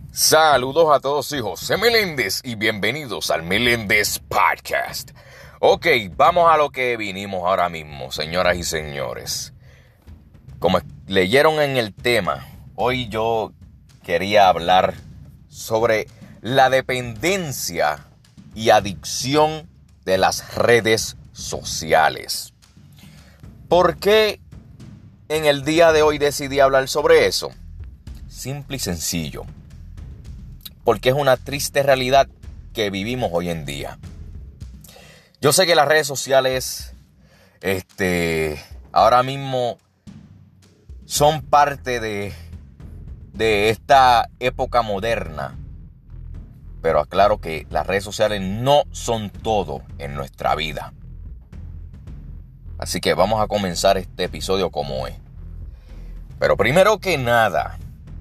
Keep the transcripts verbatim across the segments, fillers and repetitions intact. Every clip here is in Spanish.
Saludos a todos, soy José Meléndez y bienvenidos al Meléndez Podcast. Ok, vamos a lo que vinimos ahora mismo, señoras y señores. Como leyeron en el tema, hoy yo quería hablar sobre la dependencia y adicción de las redes sociales. ¿Por qué en el día de hoy decidí hablar sobre eso? Simple y sencillo. Porque es una triste realidad que vivimos hoy en día. Yo sé que las redes sociales, este, ahora mismo son parte de, de esta época moderna. Pero aclaro que las redes sociales no son todo en nuestra vida. Así que vamos a comenzar este episodio como es. Pero primero que nada,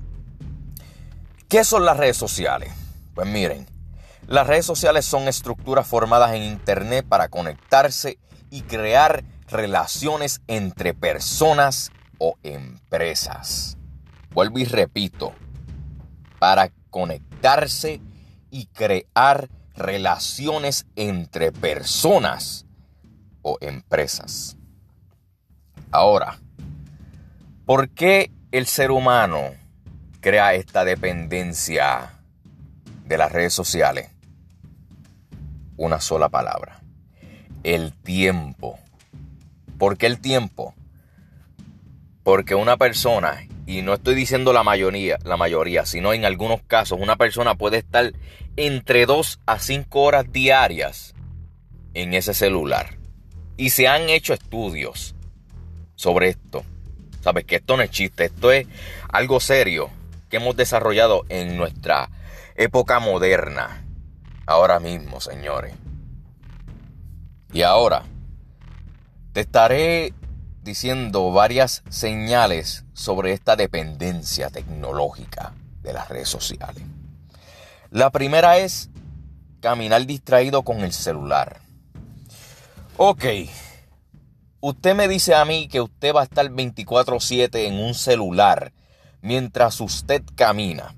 ¿qué son las redes sociales? Pues miren, las redes sociales son estructuras formadas en internet para conectarse y crear relaciones entre personas o empresas. Vuelvo y repito, para conectarse y crear relaciones entre personas o empresas. Ahora, ¿por qué el ser humano crea esta dependencia de las redes sociales? Una sola palabra: el tiempo. ¿Por qué el tiempo? Porque una persona, y no estoy diciendo la mayoría, la mayoría, sino en algunos casos, una persona puede estar entre dos a cinco horas diarias en ese celular. Y se han hecho estudios sobre esto. Sabes que esto no es chiste, esto es algo serio que hemos desarrollado en nuestra época moderna. Ahora mismo, señores. Y ahora te estaré diciendo varias señales sobre esta dependencia tecnológica de las redes sociales. La primera es caminar distraído con el celular. Ok, usted me dice a mí que usted va a estar veinticuatro siete en un celular mientras usted camina.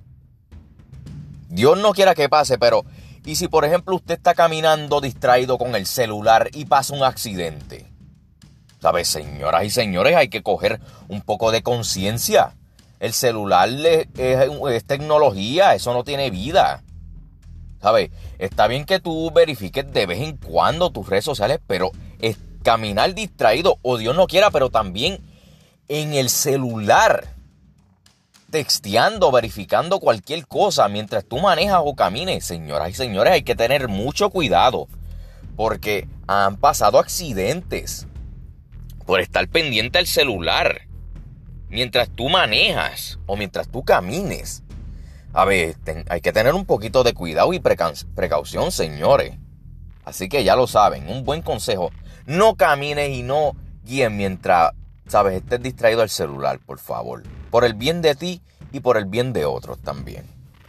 Dios no quiera que pase, pero ¿y si por ejemplo usted está caminando distraído con el celular y pasa un accidente? ¿Sabes, señoras y señores? Hay que coger un poco de conciencia. El celular es, es tecnología, eso no tiene vida. ¿Sabes? Está bien que tú verifiques de vez en cuando tus redes sociales, pero es caminar distraído, o Dios no quiera, pero también en el celular, texteando, verificando cualquier cosa mientras tú manejas o camines. Señoras y señores, hay que tener mucho cuidado, porque han pasado accidentes por estar pendiente al celular mientras tú manejas o mientras tú camines. A ver, ten, hay que tener un poquito de cuidado y preca- precaución, señores. Así que ya lo saben, un buen consejo: no camines y no guíes mientras, sabes, estés distraído al celular, por favor. Por el bien de ti y por el bien de otros también.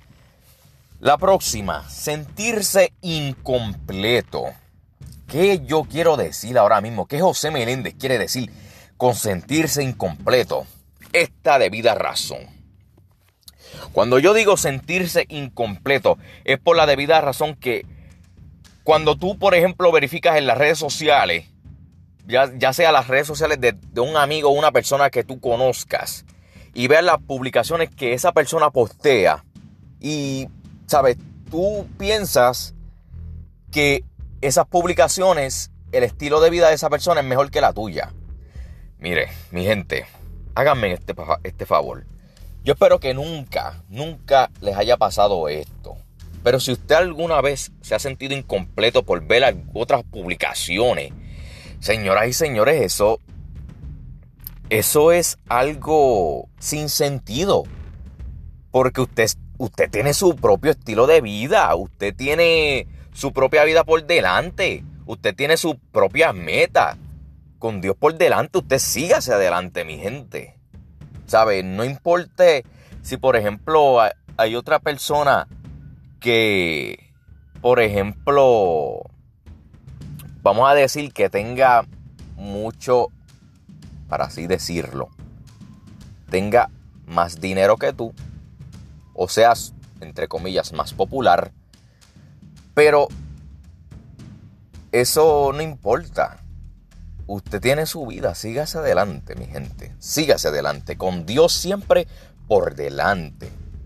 La próxima, sentirse incompleto. ¿Qué yo quiero decir ahora mismo? ¿Qué José Meléndez quiere decir con sentirse incompleto? Esta debida razón. Cuando yo digo sentirse incompleto, es por la debida razón que cuando tú, por ejemplo, verificas en las redes sociales, ya, ya sea las redes sociales de, de un amigo o una persona que tú conozcas, y veas las publicaciones que esa persona postea, y, ¿sabes? Tú piensas que esas publicaciones, el estilo de vida de esa persona es mejor que la tuya. Mire, mi gente, háganme este, este favor. Yo espero que nunca, nunca les haya pasado esto. Pero si usted alguna vez se ha sentido incompleto por ver otras publicaciones, señoras y señores, eso, eso es algo sin sentido. Porque usted, usted tiene su propio estilo de vida. Usted tiene su propia vida por delante. Usted tiene sus propias metas. Con Dios por delante, usted siga hacia adelante, mi gente. ¿Sabe? No importa si, por ejemplo, hay otra persona que, por ejemplo, vamos a decir que tenga mucho, para así decirlo, tenga más dinero que tú, o seas entre comillas, más popular. Pero eso no importa. Usted tiene su vida, sígase adelante, mi gente. Sígase adelante, con Dios siempre por delante.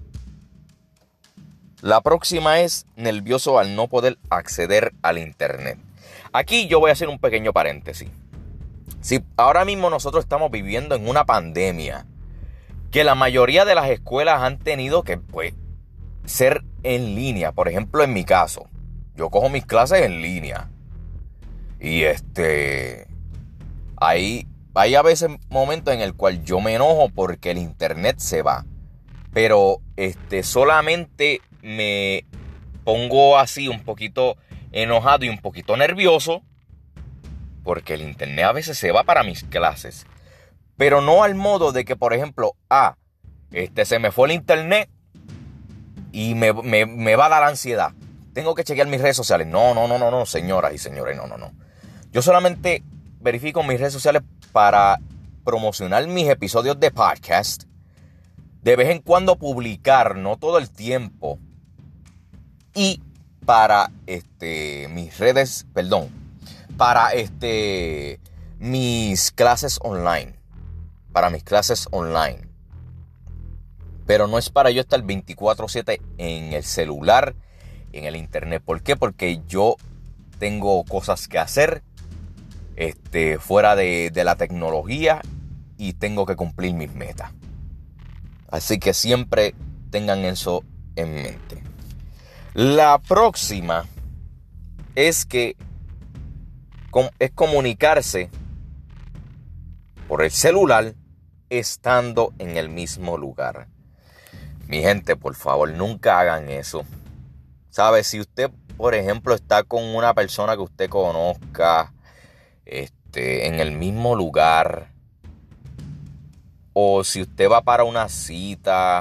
La próxima es nervioso al no poder acceder al internet. Aquí yo voy a hacer un pequeño paréntesis. Si ahora mismo nosotros estamos viviendo en una pandemia, que la mayoría de las escuelas han tenido que pues, ser en línea. Por ejemplo, en mi caso, yo cojo mis clases en línea. Y este... Hay, hay a veces momentos en el cual yo me enojo porque el internet se va. Pero este, solamente me pongo así un poquito enojado y un poquito nervioso porque el internet a veces se va para mis clases. Pero no al modo de que, por ejemplo, ah, este, se me fue el internet y me, me, me va a dar ansiedad. Tengo que chequear mis redes sociales. No, no, no, no, no, señoras y señores, no, no, no. Yo solamente verifico mis redes sociales para promocionar mis episodios de podcast. De vez en cuando publicar, no todo el tiempo. Y para este, mis redes, perdón, para este, mis clases online. Para mis clases online. Pero no es para yo estar veinticuatro siete en el celular, en el internet. ¿Por qué? Porque yo tengo cosas que hacer este, fuera de, de la tecnología y tengo que cumplir mis metas. Así que siempre tengan eso en mente. La próxima es que es comunicarse por el celular estando en el mismo lugar. Mi gente, por favor, nunca hagan eso. ¿Sabe? Si usted, por ejemplo, está con una persona que usted conozca este, en el mismo lugar, o si usted va para una cita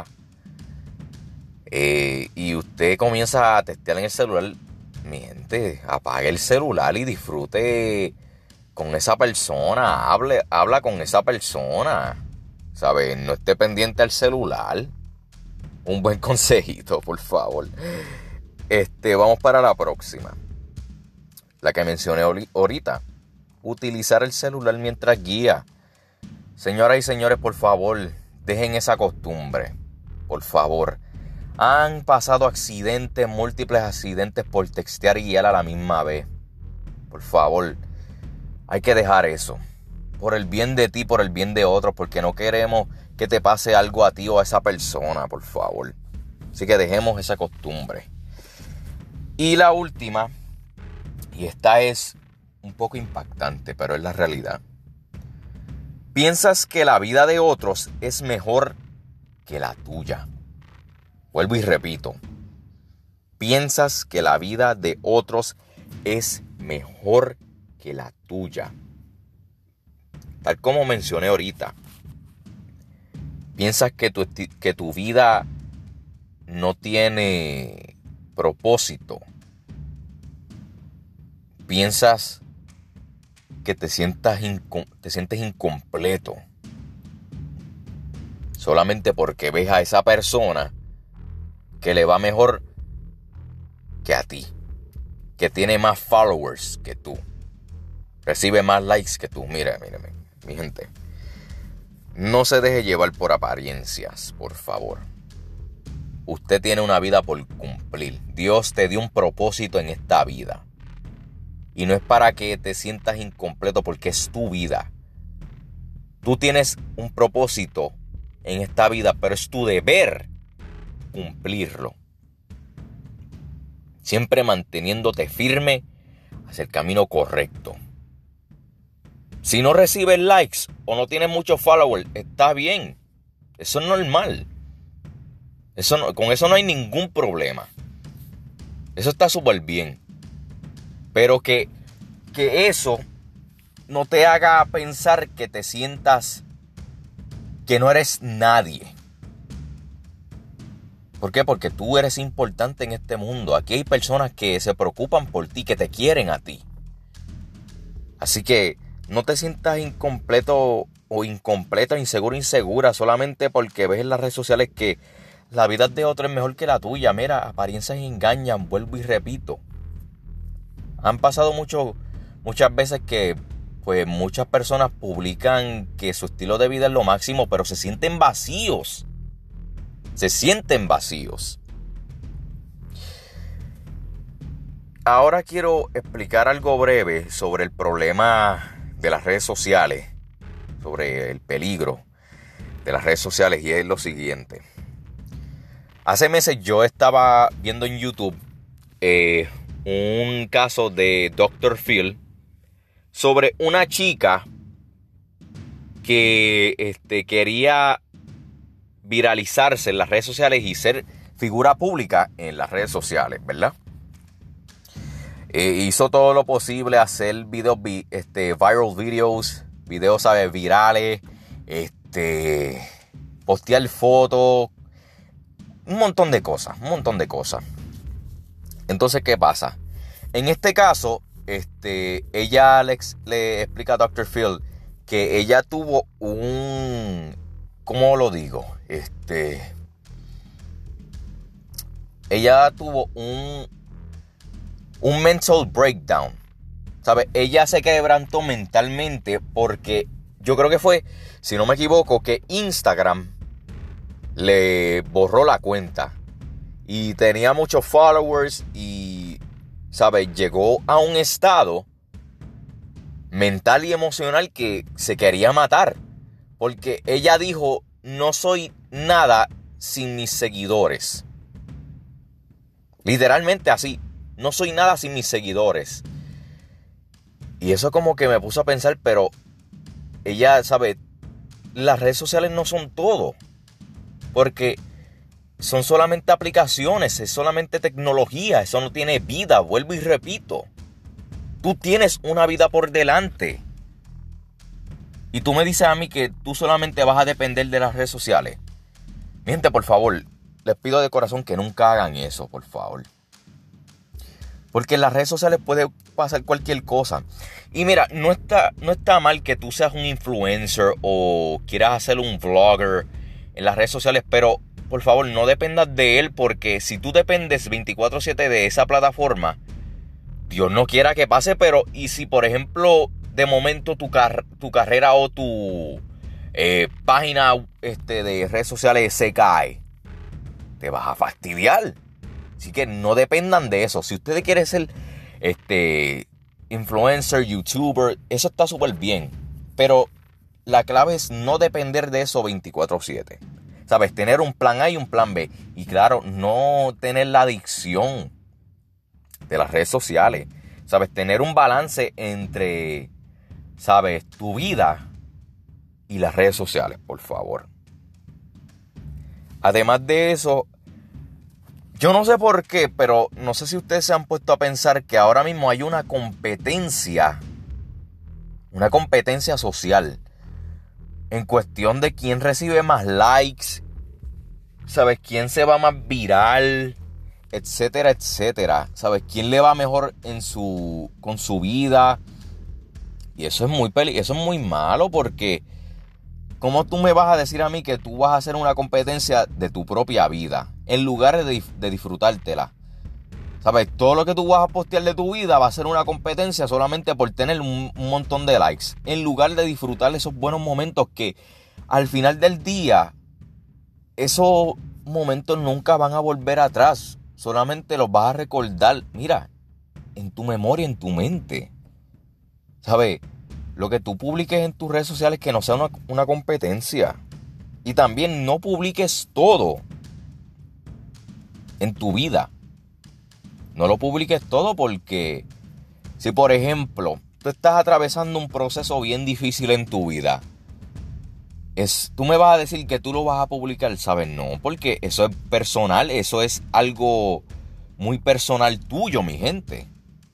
eh, y usted comienza a testear en el celular, mi gente, apague el celular y disfrute con esa persona. Hable, habla con esa persona. ¿Sabe? No esté pendiente al celular. Un buen consejito, por favor. Este, vamos para la próxima. La que mencioné ahorita. Utilizar el celular mientras guía. Señoras y señores, por favor, dejen esa costumbre. Por favor. Han pasado accidentes, múltiples accidentes por textear y guiar a la misma vez. Por favor, hay que dejar eso. Por el bien de ti, por el bien de otros, porque no queremos que te pase algo a ti o a esa persona, por favor. Así que dejemos esa costumbre. Y la última, y esta es un poco impactante, pero es la realidad. Piensas que la vida de otros es mejor que la tuya. Vuelvo y repito. Piensas que la vida de otros es mejor que la tuya. Tal como mencioné ahorita. Piensas que tu, que tu vida no tiene propósito. Piensas que te, sientas inco- te sientes incompleto. Solamente porque ves a esa persona que le va mejor que a ti. Que tiene más followers que tú. Recibe más likes que tú. Mira, mira, mira, mi gente. No se deje llevar por apariencias, por favor. Usted tiene una vida por cumplir. Dios te dio un propósito en esta vida. Y no es para que te sientas incompleto porque es tu vida. Tú tienes un propósito en esta vida, pero es tu deber cumplirlo. Siempre manteniéndote firme hacia el camino correcto. Si no recibes likes o no tienes muchos followers, está bien. Eso es normal. Eso no, con eso no hay ningún problema. Eso está súper bien. Pero que, que eso no te haga pensar que te sientas que no eres nadie. ¿Por qué? Porque tú eres importante en este mundo. Aquí hay personas que se preocupan por ti, que te quieren a ti. Así que no te sientas incompleto o incompleta, inseguro, insegura, solamente porque ves en las redes sociales que la vida de otro es mejor que la tuya. Mira, apariencias engañan, vuelvo y repito. Han pasado mucho, muchas veces que pues muchas personas publican que su estilo de vida es lo máximo, pero se sienten vacíos. Se sienten vacíos. Ahora quiero explicar algo breve sobre el problema de las redes sociales, sobre el peligro de las redes sociales, y es lo siguiente. Hace meses yo estaba viendo en YouTube eh, un caso de doctor Phil sobre una chica que este, quería viralizarse en las redes sociales y ser figura pública en las redes sociales, ¿verdad? Eh, hizo todo lo posible, hacer videos, este, viral videos, videos, ¿sabes? Virales, este, postear fotos, un montón de cosas, un montón de cosas. Entonces, ¿qué pasa? En este caso, este, ella le, le explica a doctor Phil que ella tuvo un, ¿cómo lo digo? Este, ella tuvo un, un mental breakdown, ¿sabes? Ella se quebrantó mentalmente porque yo creo que fue, si no me equivoco, que Instagram le borró la cuenta y tenía muchos followers y, ¿sabes? Llegó a un estado mental y emocional que se quería matar, porque ella dijo: no soy nada sin mis seguidores. Literalmente así, no soy nada sin mis seguidores. Y eso como que me puso a pensar, pero ella, ¿sabe? Las redes sociales no son todo, porque son solamente aplicaciones, es solamente tecnología, eso no tiene vida, vuelvo y repito. Tú tienes una vida por delante. Y tú me dices a mí que tú solamente vas a depender de las redes sociales. Mi gente, por favor, les pido de corazón que nunca hagan eso, por favor. Porque en las redes sociales puede pasar cualquier cosa. Y mira, no está, no está mal que tú seas un influencer o quieras hacer un vlogger en las redes sociales, pero por favor no dependas de él, porque si tú dependes veinticuatro siete de esa plataforma, Dios no quiera que pase, pero y si por ejemplo de momento tu, car- tu carrera o tu eh, página este, de redes sociales se cae, te vas a fastidiar. Así que no dependan de eso. Si ustedes quieren ser este, influencer, youtuber, eso está súper bien. Pero la clave es no depender de eso veinticuatro siete. ¿Sabes? Tener un plan A y un plan B. Y claro, no tener la adicción de las redes sociales. ¿Sabes? Tener un balance entre, ¿sabes? Tu vida y las redes sociales, por favor. Además de eso, yo no sé por qué, pero no sé si ustedes se han puesto a pensar que ahora mismo hay una competencia, una competencia social en cuestión de quién recibe más likes, ¿sabes? Quién se va más viral, etcétera, etcétera. ¿Sabes? Quién le va mejor en su, con su vida. Y eso es muy peli- eso es muy malo, porque ¿cómo tú me vas a decir a mí que tú vas a hacer una competencia de tu propia vida en lugar de, de disfrutártela? ¿Sabes? Todo lo que tú vas a postear de tu vida va a ser una competencia solamente por tener un, un montón de likes, en lugar de disfrutar esos buenos momentos que al final del día, esos momentos nunca van a volver atrás. Solamente los vas a recordar, mira, en tu memoria, en tu mente. ¿Sabes? Lo que tú publiques en tus redes sociales, que no sea una, una competencia. Y también no publiques todo en tu vida. No lo publiques todo, porque si por ejemplo tú estás atravesando un proceso bien difícil en tu vida, es, tú me vas a decir que tú lo vas a publicar, ¿sabes? No, porque eso es personal, eso es algo muy personal tuyo, mi gente.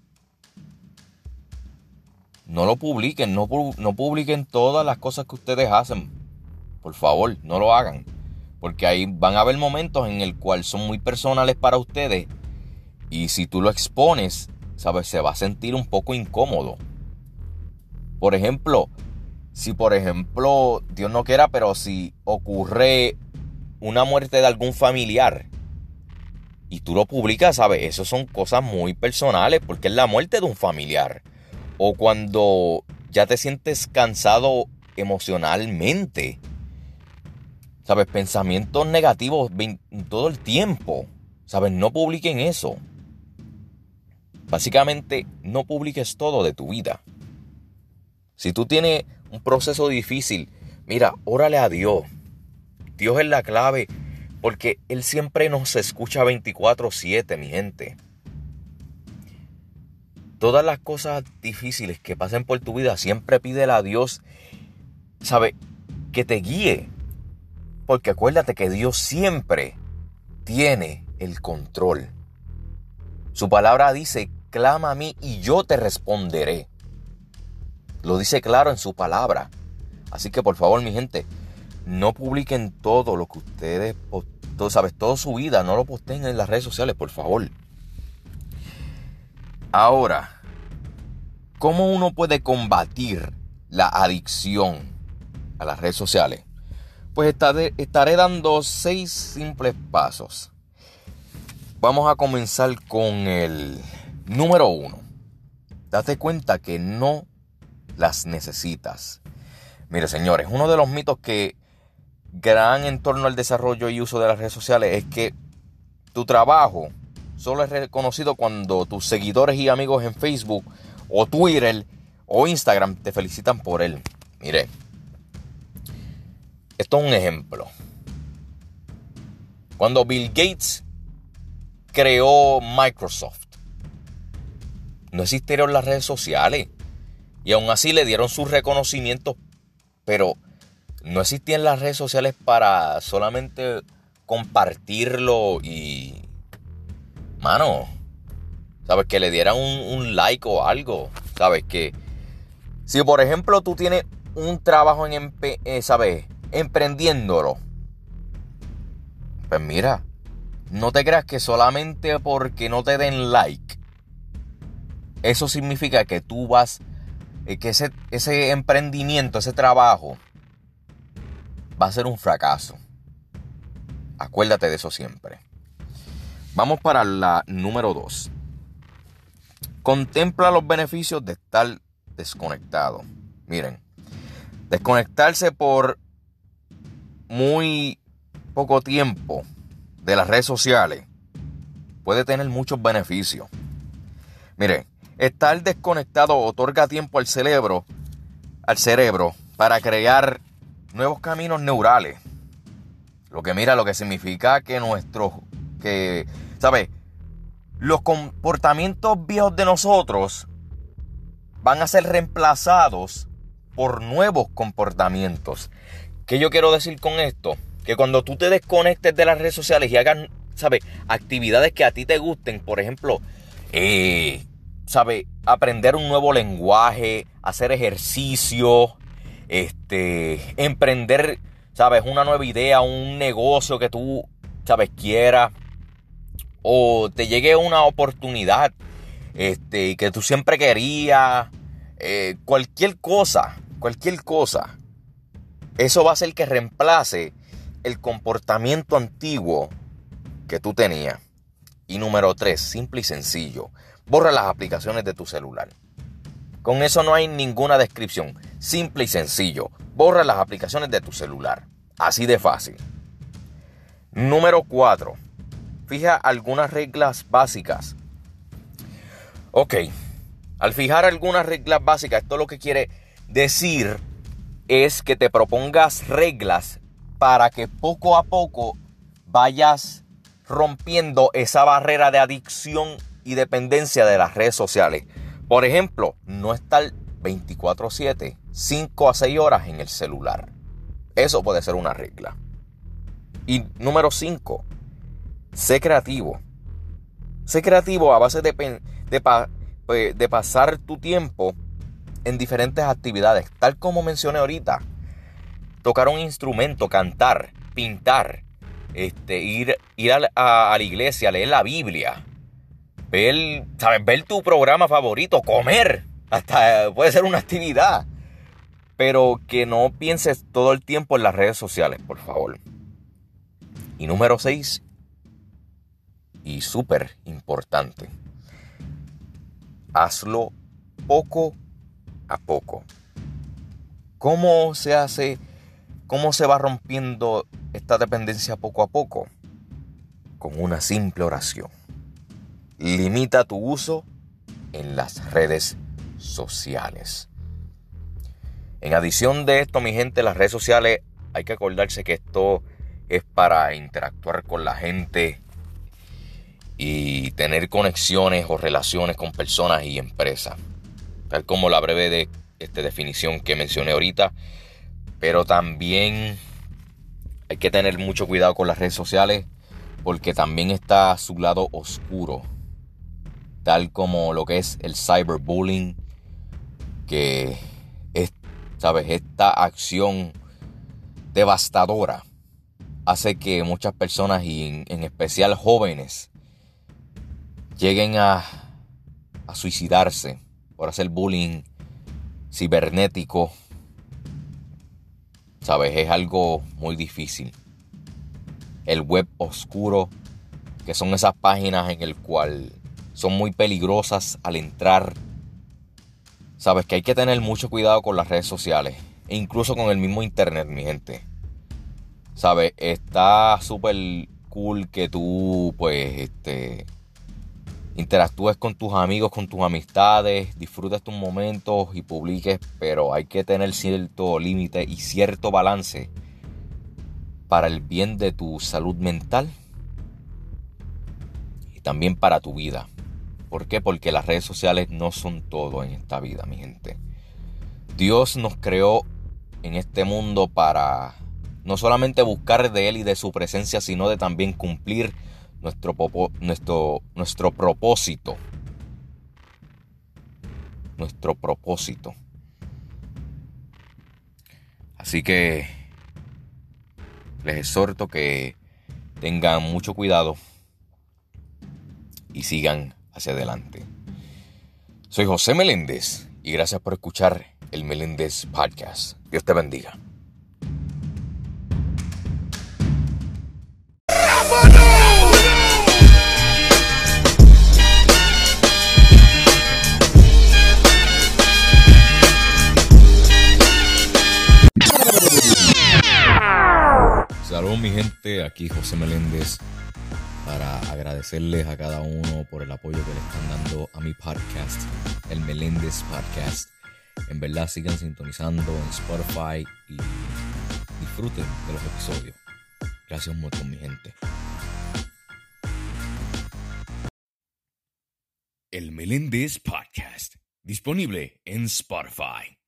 No lo publiquen, no, no publiquen todas las cosas que ustedes hacen. Por favor, no lo hagan. Porque ahí van a haber momentos en el cual son muy personales para ustedes. Y si tú lo expones, ¿sabes? Se va a sentir un poco incómodo. Por ejemplo, si por ejemplo, Dios no quiera, pero si ocurre una muerte de algún familiar y tú lo publicas, ¿sabes? Eso son cosas muy personales porque es la muerte de un familiar. O cuando ya te sientes cansado emocionalmente, ¿sabes? Pensamientos negativos todo el tiempo, ¿sabes? No publiquen eso. Básicamente, no publiques todo de tu vida. Si tú tienes un proceso difícil, mira, órale a Dios. Dios es la clave, porque Él siempre nos escucha veinticuatro siete, mi gente. Todas las cosas difíciles que pasen por tu vida, siempre pídele a Dios, ¿sabe? Que te guíe. Porque acuérdate que Dios siempre tiene el control. Su palabra dice, clama a mí y yo te responderé. Lo dice claro en su palabra. Así que por favor, mi gente, no publiquen todo lo que ustedes, todo, ¿sabes? Toda su vida, no lo posteen en las redes sociales, por favor. Ahora, ¿cómo uno puede combatir la adicción a las redes sociales? Pues estaré, estaré dando seis simples pasos. Vamos a comenzar con el número uno. Date cuenta que no las necesitas. Mire, señores, uno de los mitos que gran en torno al desarrollo y uso de las redes sociales es que tu trabajo solo es reconocido cuando tus seguidores y amigos en Facebook o Twitter o Instagram te felicitan por él. Mire, esto es un ejemplo. Cuando Bill Gates creó Microsoft, no existieron las redes sociales y aún así le dieron sus reconocimientos, pero no existían las redes sociales para solamente compartirlo y, mano, sabes, que le dieran un, un like o algo. Sabes que si por ejemplo tú tienes un trabajo en empe- eh, sabes, emprendiéndolo, pues mira, no te creas que solamente porque no te den like, eso significa que tú vas, eh, que ese, ese emprendimiento, ese trabajo va a ser un fracaso. Acuérdate de eso siempre. Vamos para la número dos. Contempla los beneficios de estar desconectado. Miren, desconectarse por muy poco tiempo de las redes sociales puede tener muchos beneficios. Miren, estar desconectado otorga tiempo al cerebro, al cerebro para crear nuevos caminos neurales. Lo que mira, lo que significa que nuestros, que, ¿sabes? Los comportamientos viejos de nosotros van a ser reemplazados por nuevos comportamientos. ¿Qué yo quiero decir con esto? Que cuando tú te desconectes de las redes sociales y hagas, ¿sabes? Actividades que a ti te gusten, por ejemplo, eh, ¿sabes? Aprender un nuevo lenguaje, hacer ejercicio, este, emprender, ¿sabes? Una nueva idea, un negocio que tú, ¿sabes? Quieras. O te llegue una oportunidad este, que tú siempre querías. Eh, cualquier cosa, cualquier cosa. Eso va a hacer que reemplace el comportamiento antiguo que tú tenías. Y número tres, simple y sencillo. Borra las aplicaciones de tu celular. Con eso no hay ninguna descripción. Simple y sencillo. Borra las aplicaciones de tu celular. Así de fácil. Número cuatro. Fija algunas reglas básicas. Ok. Al fijar algunas reglas básicas, esto lo que quiere decir es que te propongas reglas para que poco a poco vayas rompiendo esa barrera de adicción y dependencia de las redes sociales. Por ejemplo, no estar veinticuatro siete, cinco a seis horas en el celular. Eso puede ser una regla. Y número cinco, sé creativo. Sé creativo a base de, de, de pasar tu tiempo en diferentes actividades. Tal como mencioné ahorita. Tocar un instrumento, cantar, pintar, este, ir, ir a, a, a la iglesia, leer la Biblia. Ver, ¿sabes? Ver tu programa favorito, comer. Hasta puede ser una actividad. Pero que no pienses todo el tiempo en las redes sociales, por favor. Y número seis, y súper importante, hazlo poco a poco. ¿Cómo se hace? ¿Cómo se va rompiendo esta dependencia poco a poco? Con una simple oración. Limita tu uso en las redes sociales. En adición de esto, mi gente, las redes sociales, hay que acordarse que esto es para interactuar con la gente y tener conexiones o relaciones con personas y empresas. Tal como la breve de, este, definición que mencioné ahorita. Pero también hay que tener mucho cuidado con las redes sociales porque también está su lado oscuro. Tal como lo que es el cyberbullying, que es, ¿sabes? Esta acción devastadora hace que muchas personas, y en, en especial jóvenes, lleguen a, a suicidarse por hacer bullying cibernético. ¿Sabes? Es algo muy difícil. El web oscuro, que son esas páginas en el cual son muy peligrosas al entrar. Sabes que hay que tener mucho cuidado con las redes sociales e incluso con el mismo internet, mi gente. Sabes, está súper cool que tú pues este interactúes con tus amigos, con tus amistades, disfrutes tus momentos y publiques, pero hay que tener cierto límite y cierto balance para el bien de tu salud mental y también para tu vida. ¿Por qué? Porque las redes sociales no son todo en esta vida, mi gente. Dios nos creó en este mundo para no solamente buscar de Él y de su presencia, sino de también cumplir nuestro, popo, nuestro, nuestro propósito. Nuestro propósito. Así que les exhorto que tengan mucho cuidado y sigan hacia adelante. Soy José Meléndez y gracias por escuchar el Meléndez Podcast. Dios te bendiga. Saludos mi gente, aquí José Meléndez para agradecerles a cada uno por el apoyo que le están dando a mi podcast, el Meléndez Podcast. En verdad sigan sintonizando en Spotify y disfruten de los episodios. Gracias un montón mi gente. El Meléndez Podcast, disponible en Spotify.